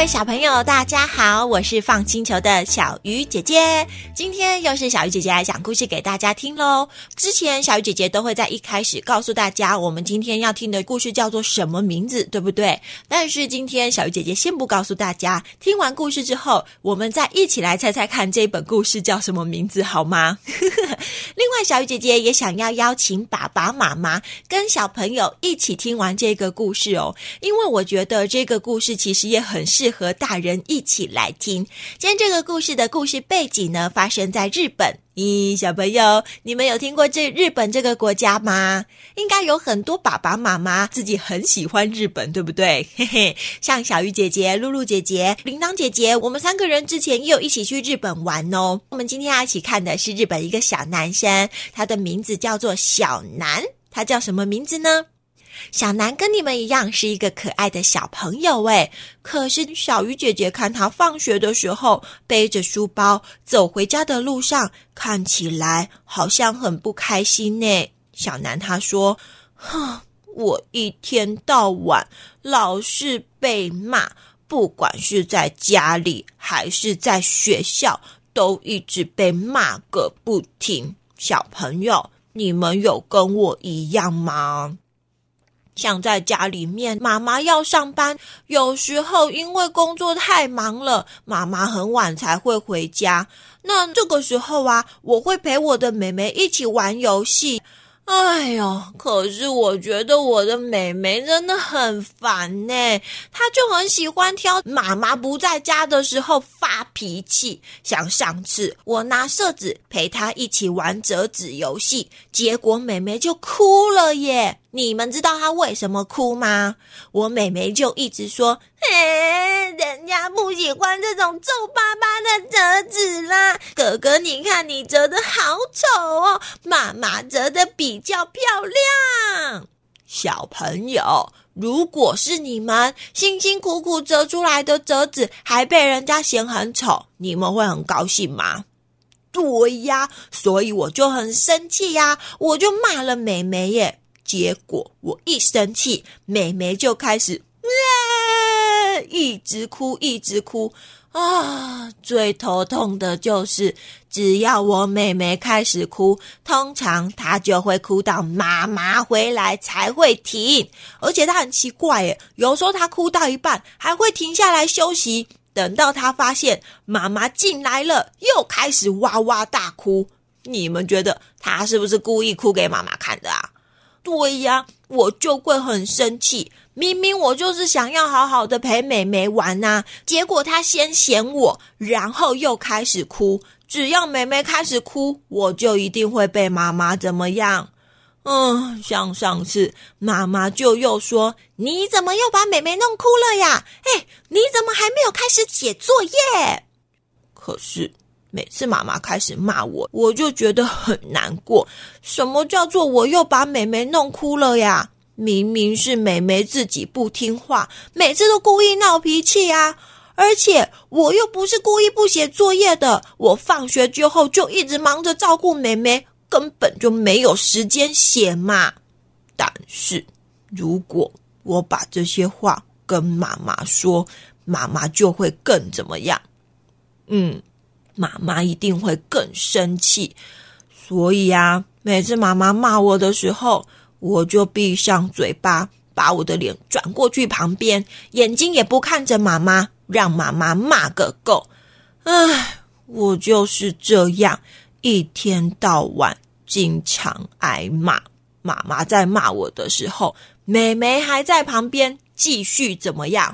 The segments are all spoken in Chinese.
位小朋友大家好，我是放星球的小鱼姐姐，今天又是小鱼姐姐来讲故事给大家听咯。之前小鱼姐姐都会在一开始告诉大家我们今天要听的故事叫做什么名字，对不对？但是今天小鱼姐姐先不告诉大家，听完故事之后我们再一起来猜猜看这本故事叫什么名字好吗？另外小鱼姐姐也想要邀请爸爸妈妈跟小朋友一起听完这个故事哦，因为我觉得这个故事其实也很适合大人一起来听。今天这个故事的故事背景呢，发生在日本。小朋友，你们有听过日本这个国家吗？应该有很多爸爸妈妈自己很喜欢日本，对不对？嘿嘿，像小鱼姐姐、露露姐姐、铃铛姐姐，我们3个人之前也有一起去日本玩哦。我们今天要一起看的是日本一个小男生，他的名字叫做小南。他叫什么名字呢？小南跟你们一样是一个可爱的小朋友诶，可是小鱼姐姐看他放学的时候背着书包走回家的路上，看起来好像很不开心呢。小南他说，我一天到晚老是被骂，不管是在家里还是在学校，都一直被骂个不停。小朋友，你们有跟我一样吗？像在家里面，妈妈要上班，有时候因为工作太忙了，妈妈很晚才会回家。那这个时候啊，我会陪我的妹妹一起玩游戏。哎呦，可是我觉得我的妹妹真的很烦呢，她就很喜欢挑妈妈不在家的时候发脾气。像上次我拿色纸陪她一起玩折纸游戏，结果妹妹就哭了耶。你们知道她为什么哭吗？我妹妹就一直说，人家不喜欢这种皱巴巴的折纸啦，哥哥你看你折得好丑哦，妈妈折得比较漂亮。小朋友，如果是你们辛辛苦苦折出来的折纸还被人家嫌很丑，你们会很高兴吗？对呀，所以我就很生气呀，我就骂了妹妹耶。结果我一生气，妹妹就开始一直哭一直哭啊！最头痛的就是只要我妹妹开始哭，通常她就会哭到妈妈回来才会停。而且她很奇怪耶，有时候她哭到一半还会停下来休息，等到她发现妈妈进来了，又开始哇哇大哭。你们觉得她是不是故意哭给妈妈看的啊？对呀，我就会很生气。明明我就是想要好好的陪妹妹玩啊，结果她先嫌我，然后又开始哭。只要妹妹开始哭，我就一定会被妈妈怎么样。像上次妈妈就又说，你怎么又把妹妹弄哭了呀？你怎么还没有开始写作业？可是每次妈妈开始骂我，我就觉得很难过。什么叫做我又把妹妹弄哭了呀？明明是妹妹自己不听话，每次都故意闹脾气啊！而且我又不是故意不写作业的，我放学之后就一直忙着照顾妹妹，根本就没有时间写嘛。但是如果我把这些话跟妈妈说，妈妈就会更怎么样？妈妈一定会更生气。所以啊，每次妈妈骂我的时候，我就闭上嘴巴，把我的脸转过去旁边，眼睛也不看着妈妈，让妈妈骂个够。我就是这样，一天到晚经常挨骂。妈妈在骂我的时候，妹妹还在旁边继续怎么样？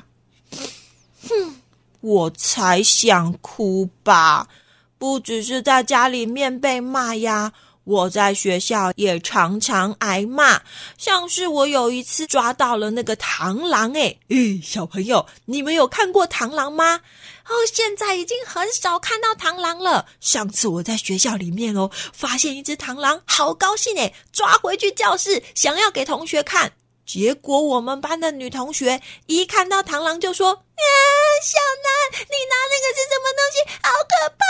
我才想哭吧。不只是在家里面被骂呀，我在学校也常常挨骂。像是我有一次抓到了那个螳螂小朋友，你们有看过螳螂吗？现在已经很少看到螳螂了。上次我在学校里面发现一只螳螂，好高兴抓回去教室，想要给同学看。结果我们班的女同学一看到螳螂就说，小南，你拿那个是什么东西？好可怕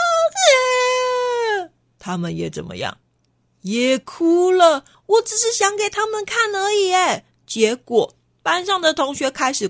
哟！他们也怎么样？也哭了。我只是想给他们看而已结果班上的同学开始哭，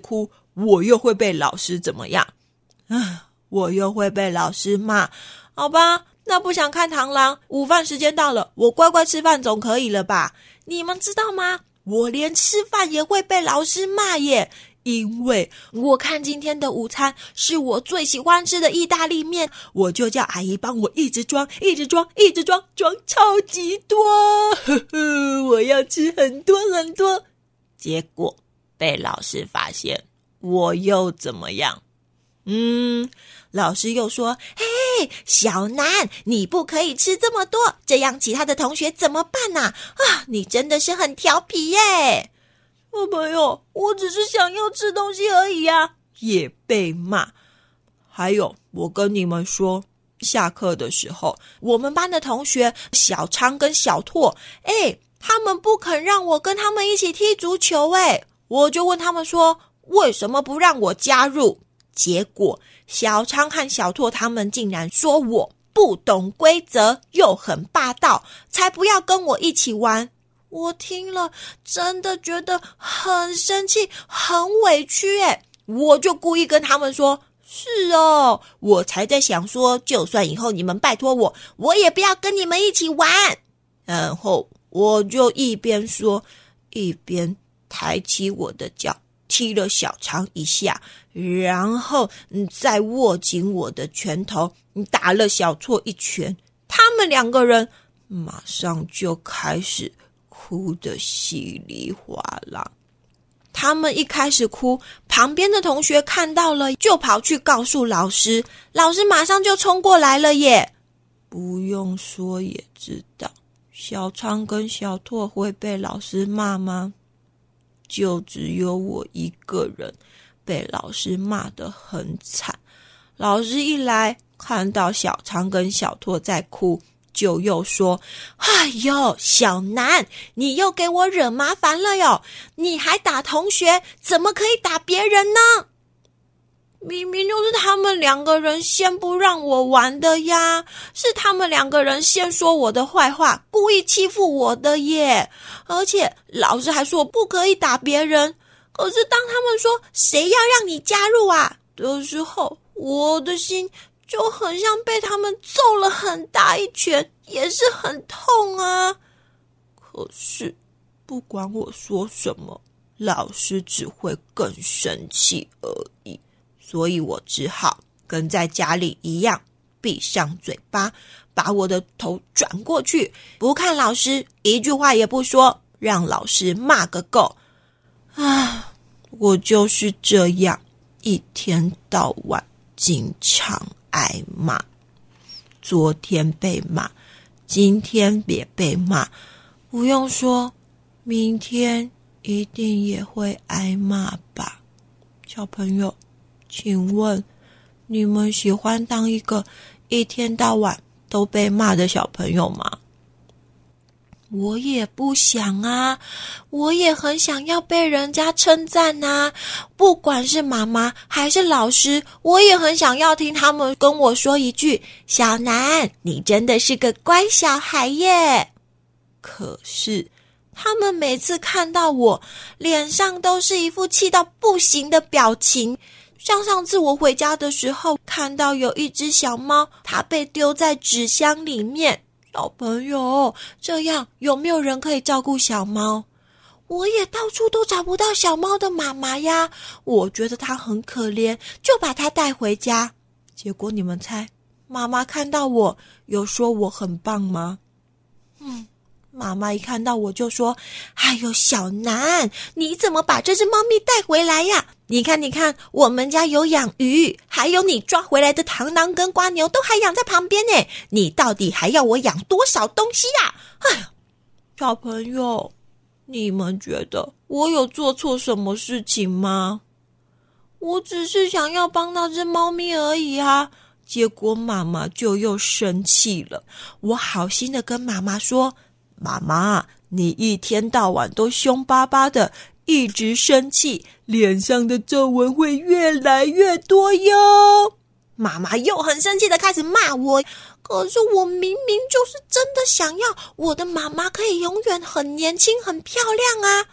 我又会被老师怎么样？我又会被老师骂。好吧，那不想看螳螂，午饭时间到了，我乖乖吃饭总可以了吧？你们知道吗？我连吃饭也会被老师骂耶，因为我看今天的午餐是我最喜欢吃的意大利面，我就叫阿姨帮我一直装超级多，我要吃很多很多。结果被老师发现，我又怎么样？老师又说，嘿，小南，你不可以吃这么多，这样其他的同学怎么办啊？你真的是很调皮耶。小朋友，我只是想要吃东西而已啊，也被骂。还有，我跟你们说，下课的时候，我们班的同学小昌跟小拓，他们不肯让我跟他们一起踢足球，我就问他们说，为什么不让我加入？结果小昌和小拓他们竟然说我不懂规则，又很霸道，才不要跟我一起玩。我听了真的觉得很生气，很委屈我就故意跟他们说，是哦，我才在想说，就算以后你们拜托我，我也不要跟你们一起玩。然后我就一边说，一边抬起我的脚，踢了小昌一下，然后再握紧我的拳头，打了小拓一拳。他们两个人马上就开始哭得稀里哗啦。他们一开始哭，旁边的同学看到了，就跑去告诉老师，老师马上就冲过来了耶。不用说也知道，小昌跟小拓会被老师骂吗？就只有我一个人被老师骂得很惨。老师一来，看到小昌跟小拓在哭，就又说，哎呦，小南，你又给我惹麻烦了哟，你还打同学，怎么可以打别人呢？明明就是他们两个人先不让我玩的呀，是他们两个人先说我的坏话，故意欺负我的耶。而且老师还说不可以打别人，可是当他们说谁要让你加入啊的时候，我的心就很像被他们揍了很大一拳，也是很痛啊。可是不管我说什么，老师只会更生气而已。所以我只好跟在家里一样，闭上嘴巴，把我的头转过去，不看老师，一句话也不说，让老师骂个够。我就是这样，一天到晚经常挨骂。昨天被骂，今天也被骂，不用说，明天一定也会挨骂吧。小朋友，请问你们喜欢当一个一天到晚都被骂的小朋友吗？我也不想啊，我也很想要被人家称赞啊，不管是妈妈还是老师，我也很想要听他们跟我说一句，小南，你真的是个乖小孩耶。可是他们每次看到我，脸上都是一副气到不行的表情。像上次我回家的时候，看到有一只小猫，它被丢在纸箱里面。小朋友，这样有没有人可以照顾小猫？我也到处都找不到小猫的妈妈呀，我觉得它很可怜，就把它带回家。结果你们猜，妈妈看到我有说我很棒吗？妈妈一看到我就说，哎呦，小南，你怎么把这只猫咪带回来呀？你看，我们家有养鱼，还有你抓回来的螳螂跟蝸牛都还养在旁边呢，你到底还要我养多少东西呀？哎呀，小朋友，你们觉得我有做错什么事情吗？我只是想要帮那只猫咪而已啊。结果妈妈就又生气了。我好心的跟妈妈说，妈妈，你一天到晚都凶巴巴的，一直生气，脸上的皱纹会越来越多哟。妈妈又很生气的开始骂我，可是我明明就是真的想要我的妈妈可以永远很年轻很漂亮啊。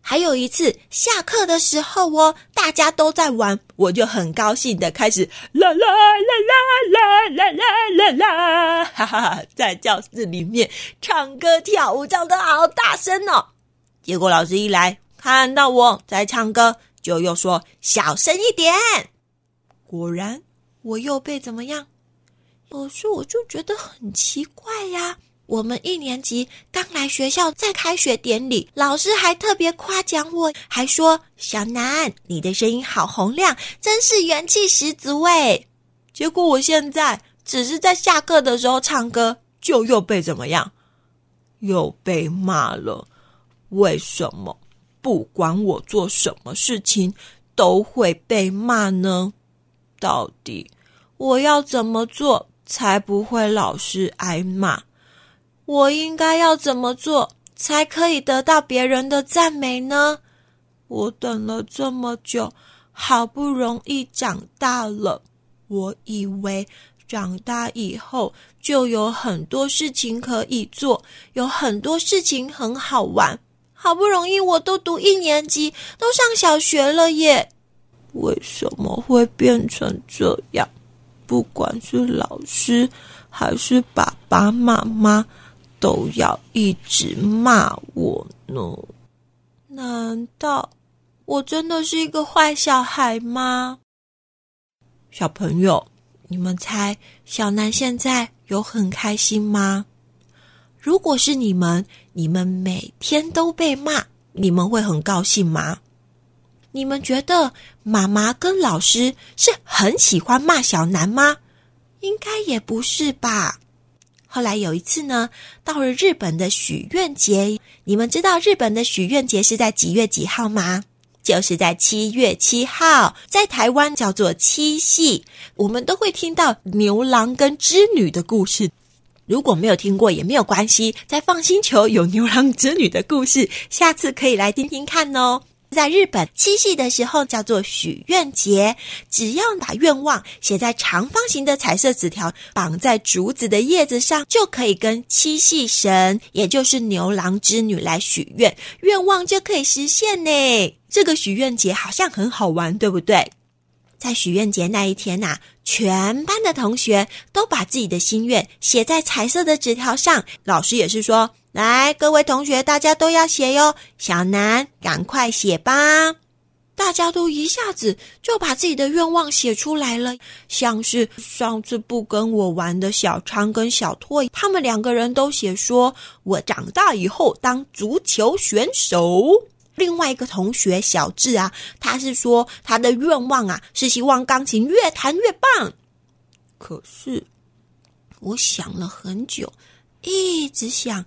还有一次下课的时候大家都在玩，我就很高兴的开始啦啦啦啦啦啦啦啦，哈哈，在教室里面唱歌跳舞，唱得好大声哦。结果老师一来，看到我在唱歌，就又说小声一点。果然我又被怎么样？可是我就觉得很奇怪呀，我们1年级刚来学校，在开学典礼，老师还特别夸奖我，还说小南，你的声音好洪亮，真是元气十足耶。结果我现在只是在下课的时候唱歌，就又被怎么样？又被骂了。为什么不管我做什么事情都会被骂呢？到底我要怎么做才不会老是挨骂？我应该要怎么做才可以得到别人的赞美呢？我等了这么久，好不容易长大了，我以为长大以后就有很多事情可以做，有很多事情很好玩。好不容易我都读1年级，都上小学了耶，为什么会变成这样？不管是老师还是爸爸妈妈，都要一直骂我呢？难道我真的是一个坏小孩吗？小朋友，你们猜小南现在有很开心吗？如果是你们每天都被骂，你们会很高兴吗？你们觉得妈妈跟老师是很喜欢骂小南吗？应该也不是吧。后来有一次呢，到了日本的许愿节，你们知道日本的许愿节是在几月几号吗？就是在7月7号，在台湾叫做七夕。我们都会听到牛郎跟织女的故事，如果没有听过也没有关系，在放星球有牛郎织女的故事，下次可以来听听看哦。在日本七夕的时候叫做许愿节，只要把愿望写在长方形的彩色纸条，绑在竹子的叶子上，就可以跟七夕神，也就是牛郎织女来许愿，愿望就可以实现呢。这个许愿节好像很好玩，对不对？在许愿节那一天啊，全班的同学都把自己的心愿写在彩色的纸条上，老师也是说，来，各位同学，大家都要写哟。小南，赶快写吧。大家都一下子就把自己的愿望写出来了，像是上次不跟我玩的小昌跟小拓，他们2个人都写说，我长大以后当足球选手。另外一个同学小智啊，他是说他的愿望啊，是希望钢琴越弹越棒。可是我想了很久，一直想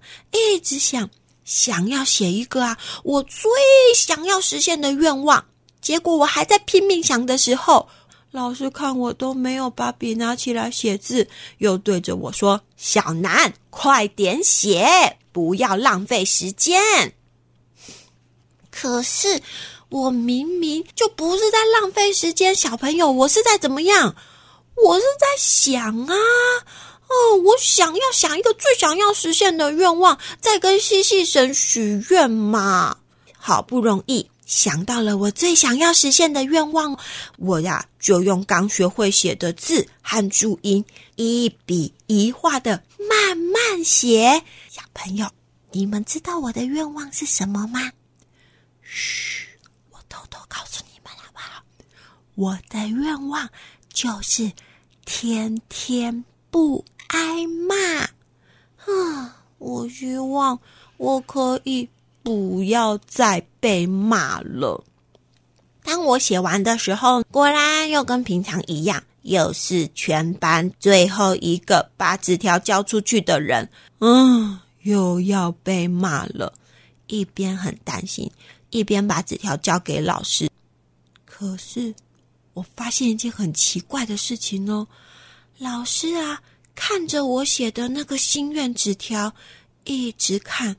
要写一个啊我最想要实现的愿望。结果我还在拼命想的时候，老师看我都没有把笔拿起来写字，又对着我说，小南，快点写，不要浪费时间。可是我明明就不是在浪费时间，小朋友，我是在怎么样？我是在想啊，我想一个最想要实现的愿望，再跟西西神许愿嘛。好不容易想到了我最想要实现的愿望，我呀就用刚学会写的字和注音，一笔一画的慢慢写。小朋友，你们知道我的愿望是什么吗？嘘，我偷偷告诉你们好不好？我的愿望就是天天不挨骂。我希望我可以不要再被骂了。当我写完的时候，果然又跟平常一样，又是全班最后一个把纸条交出去的人。又要被骂了。一边很担心，一边把纸条交给老师。可是我发现一件很奇怪的事情哦，老师啊看着我写的那个心愿纸条，一直看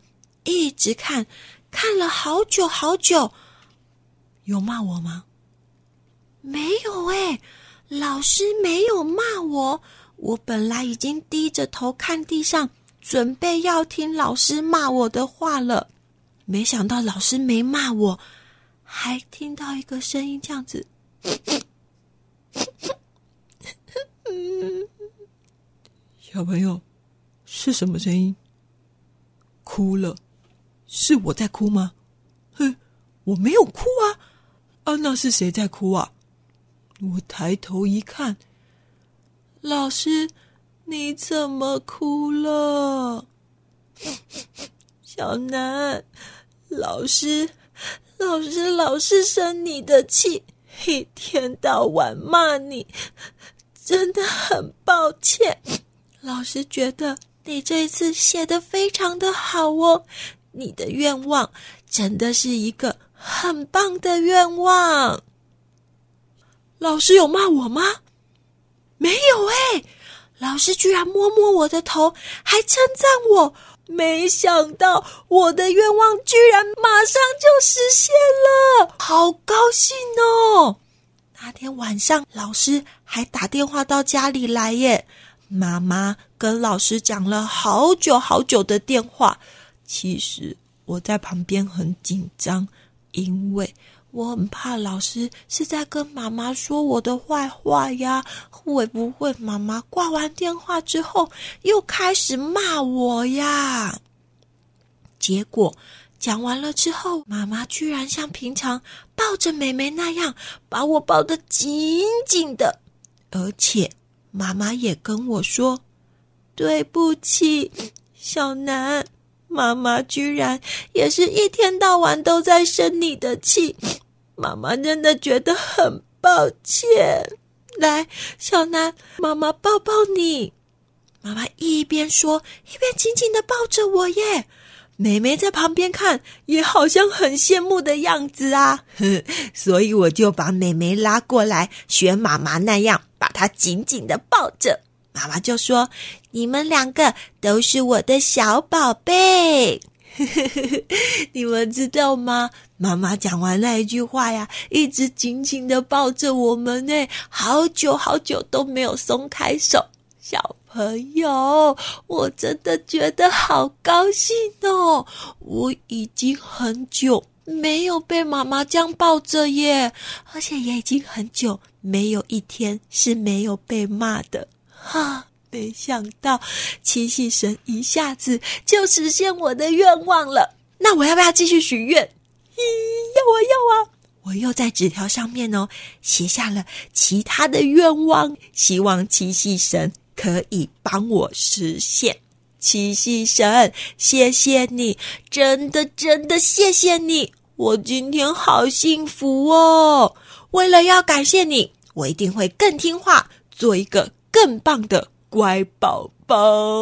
了好久。有骂我吗？没有耶，老师没有骂我。我本来已经低着头看地上，准备要听老师骂我的话了。 没想到老师没骂我，还听到一个声音这样子。 小朋友，是什么声音？哭了？是我在哭吗？我没有哭啊！那是谁在哭啊？我抬头一看，老师，你怎么哭了？小南，老师生你的气，一天到晚骂你，真的很抱歉。老师觉得你这一次写得非常的好哦，你的愿望真的是一个很棒的愿望。老师有骂我吗？没有老师居然摸摸我的头，还称赞我。没想到我的愿望居然马上就实现了，好高兴哦！那天晚上老师还打电话到家里来耶，妈妈跟老师讲了好久好久的电话。其实我在旁边很紧张，因为我很怕老师是在跟妈妈说我的坏话呀，会不会妈妈挂完电话之后又开始骂我呀？结果讲完了之后，妈妈居然像平常抱着妹妹那样把我抱得紧紧的，而且妈妈也跟我说，对不起小南，妈妈居然也是一天到晚都在生你的气，妈妈真的觉得很抱歉。来，小南，妈妈抱抱你。妈妈一边说一边紧紧地抱着我耶。妹妹在旁边看，也好像很羡慕的样子啊，所以我就把妹妹拉过来，学妈妈那样，把她紧紧地抱着。妈妈就说，你们两个都是我的小宝贝。你们知道吗？妈妈讲完那一句话呀，一直紧紧地抱着我们耶，好久好久都没有松开手。小朋友，我真的觉得好高兴哦！我已经很久没有被妈妈这样抱着耶，而且也已经很久没有一天是没有被骂的。没想到七夕神一下子就实现我的愿望了。那我要不要继续许愿？要啊！我又在纸条上面写下了其他的愿望，希望七夕神可以帮我实现。七夕神，谢谢你，真的谢谢你，我今天好幸福哦！为了要感谢你，我一定会更听话，做一个更棒的乖宝宝。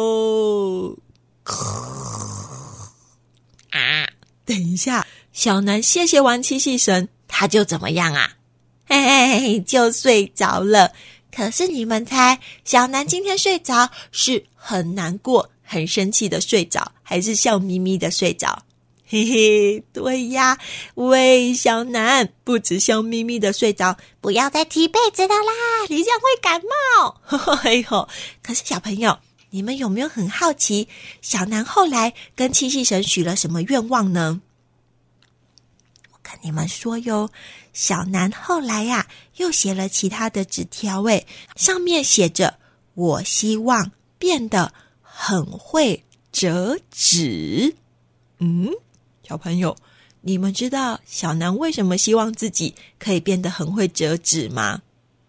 等一下，小南谢谢完七夕神，他就怎么样啊？就睡着了。可是你们猜，小南今天睡着是很难过、很生气的睡着，还是笑眯眯的睡着？对呀，喂，小南，不止笑眯眯的睡着，不要再踢被子了啦，你这样会感冒。可是小朋友，你们有没有很好奇，小南后来跟七夕神许了什么愿望呢？我跟你们说哟，小南后来呀，又写了其他的纸条，上面写着，我希望变得很会折纸。小朋友，你们知道小南为什么希望自己可以变得很会折纸吗？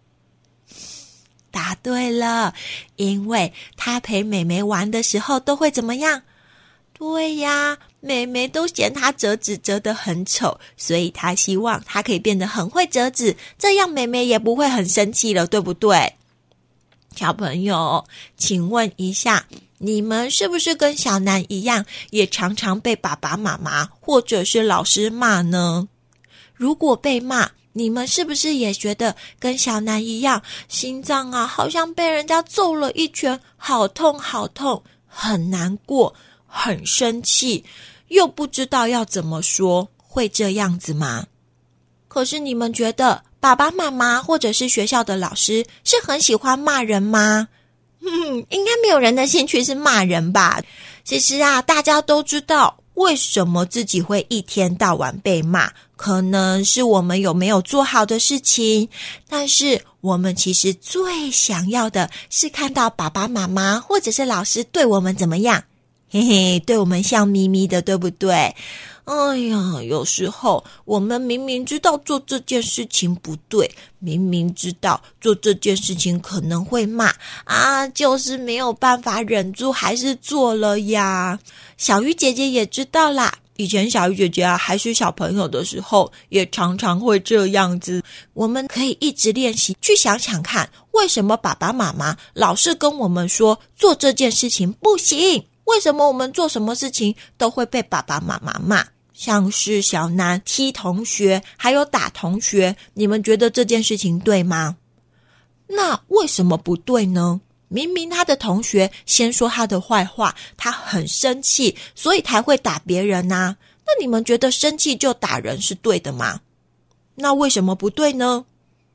答对了，因为他陪妹妹玩的时候都会怎么样？对呀，妹妹都嫌他折纸折得很丑，所以他希望他可以变得很会折纸，这样妹妹也不会很生气了，对不对？小朋友，请问一下，你们是不是跟小南一样，也常常被爸爸妈妈或者是老师骂呢？如果被骂，你们是不是也觉得跟小南一样，心脏啊好像被人家揍了一拳，好痛好痛，很难过，很生气，又不知道要怎么说，会这样子吗？可是你们觉得爸爸妈妈或者是学校的老师是很喜欢骂人吗？应该没有人的兴趣是骂人吧。其实啊，大家都知道为什么自己会一天到晚被骂？可能是我们有没有做好的事情，但是我们其实最想要的是看到爸爸妈妈或者是老师对我们怎么样？嘿嘿，对我们笑眯眯的，对不对？哎呀，有时候我们明明知道做这件事情不对，明明知道做这件事情可能会骂啊，就是没有办法忍住，还是做了呀。小鱼姐姐也知道啦，以前小鱼姐姐还是小朋友的时候，也常常会这样子。我们可以一直练习，去想想看，为什么爸爸妈妈老是跟我们说做这件事情不行？为什么我们做什么事情都会被爸爸妈妈骂？像是小南踢同学，还有打同学，你们觉得这件事情对吗？那为什么不对呢？明明他的同学先说他的坏话，他很生气，所以才会打别人啊。那你们觉得生气就打人是对的吗？那为什么不对呢？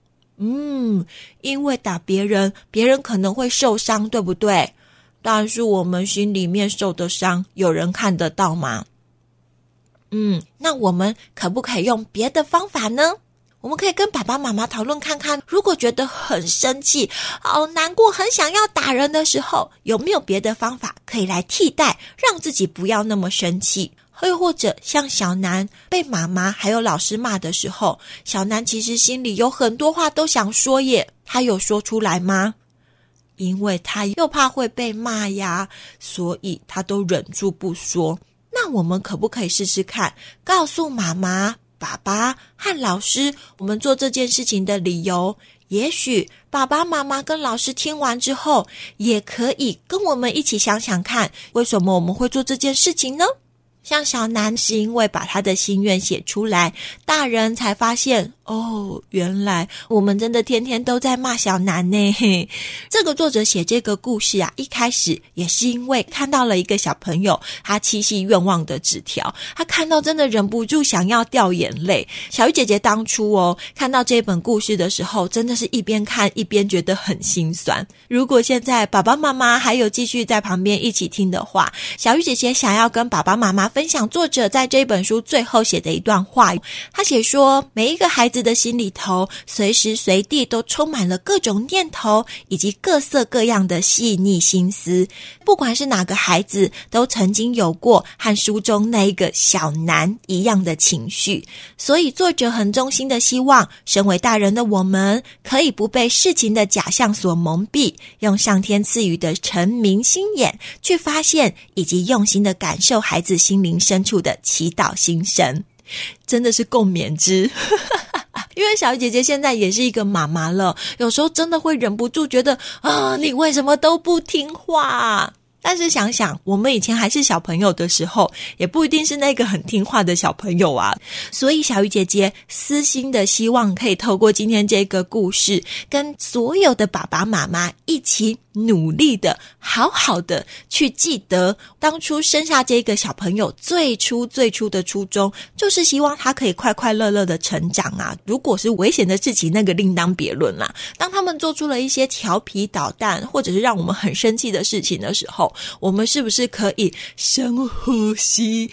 因为打别人，别人可能会受伤，对不对？但是我们心里面受的伤，有人看得到吗？那我们可不可以用别的方法呢？我们可以跟爸爸妈妈讨论看看，如果觉得很生气、好难过、很想要打人的时候，有没有别的方法可以来替代，让自己不要那么生气？又或者像小南被妈妈还有老师骂的时候，小南其实心里有很多话都想说耶，他有说出来吗？因为他又怕会被骂呀，所以他都忍住不说。那我们可不可以试试看，告诉妈妈、爸爸和老师我们做这件事情的理由？也许爸爸妈妈跟老师听完之后，也可以跟我们一起想想看，为什么我们会做这件事情呢？像小南是因为把他的心愿写出来，大人才发现原来我们真的天天都在骂小南呢。这个作者写这个故事一开始也是因为看到了一个小朋友他七夕愿望的纸条，他看到真的忍不住想要掉眼泪。小鱼姐姐当初看到这本故事的时候，真的是一边看一边觉得很心酸。如果现在爸爸妈妈还有继续在旁边一起听的话，小鱼姐姐想要跟爸爸妈妈分享作者在这本书最后写的一段话。他写说，每一个孩子的心里头随时随地都充满了各种念头以及各色各样的细腻心思，不管是哪个孩子都曾经有过和书中那一个小南一样的情绪。所以作者很衷心的希望身为大人的我们可以不被事情的假象所蒙蔽，用上天赐予的澄明心眼去发现以及用心的感受孩子心灵深处的祈祷心声。真的是共勉之因为小鱼姐姐现在也是一个妈妈了，有时候真的会忍不住觉得你为什么都不听话？但是想想我们以前还是小朋友的时候，也不一定是那个很听话的小朋友啊。所以小鱼姐姐私心的希望可以透过今天这个故事，跟所有的爸爸妈妈一起努力的好好的去记得当初生下这个小朋友最初的初衷，就是希望他可以快快乐乐的成长啊。如果是危险的事情，那个另当别论啦。当他们做出了一些调皮捣蛋或者是让我们很生气的事情的时候，我们是不是可以深呼吸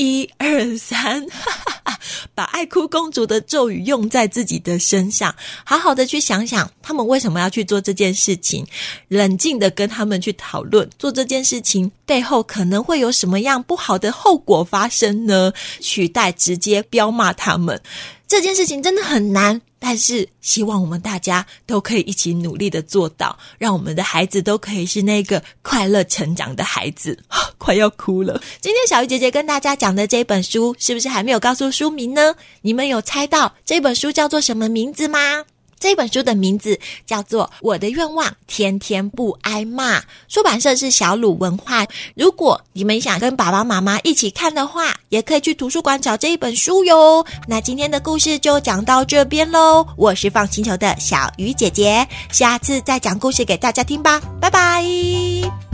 1、2、3把爱哭公主的咒语用在自己的身上，好好的去想想他们为什么要去做这件事情，冷静的跟他们去讨论做这件事情背后可能会有什么样不好的后果发生呢？取代直接彪骂他们。这件事情真的很难，但是希望我们大家都可以一起努力的做到，让我们的孩子都可以是那个快乐成长的孩子。快要哭了。今天小鱼姐姐跟大家讲的这本书，是不是还没有告诉书名呢？你们有猜到这本书叫做什么名字吗？这本书的名字叫做《我的愿望天天不挨骂》，出版社是小鲁文化。如果你们想跟爸爸妈妈一起看的话，也可以去图书馆找这一本书哟。那今天的故事就讲到这边咯，我是放星球的小鱼姐姐，下次再讲故事给大家听吧，拜拜。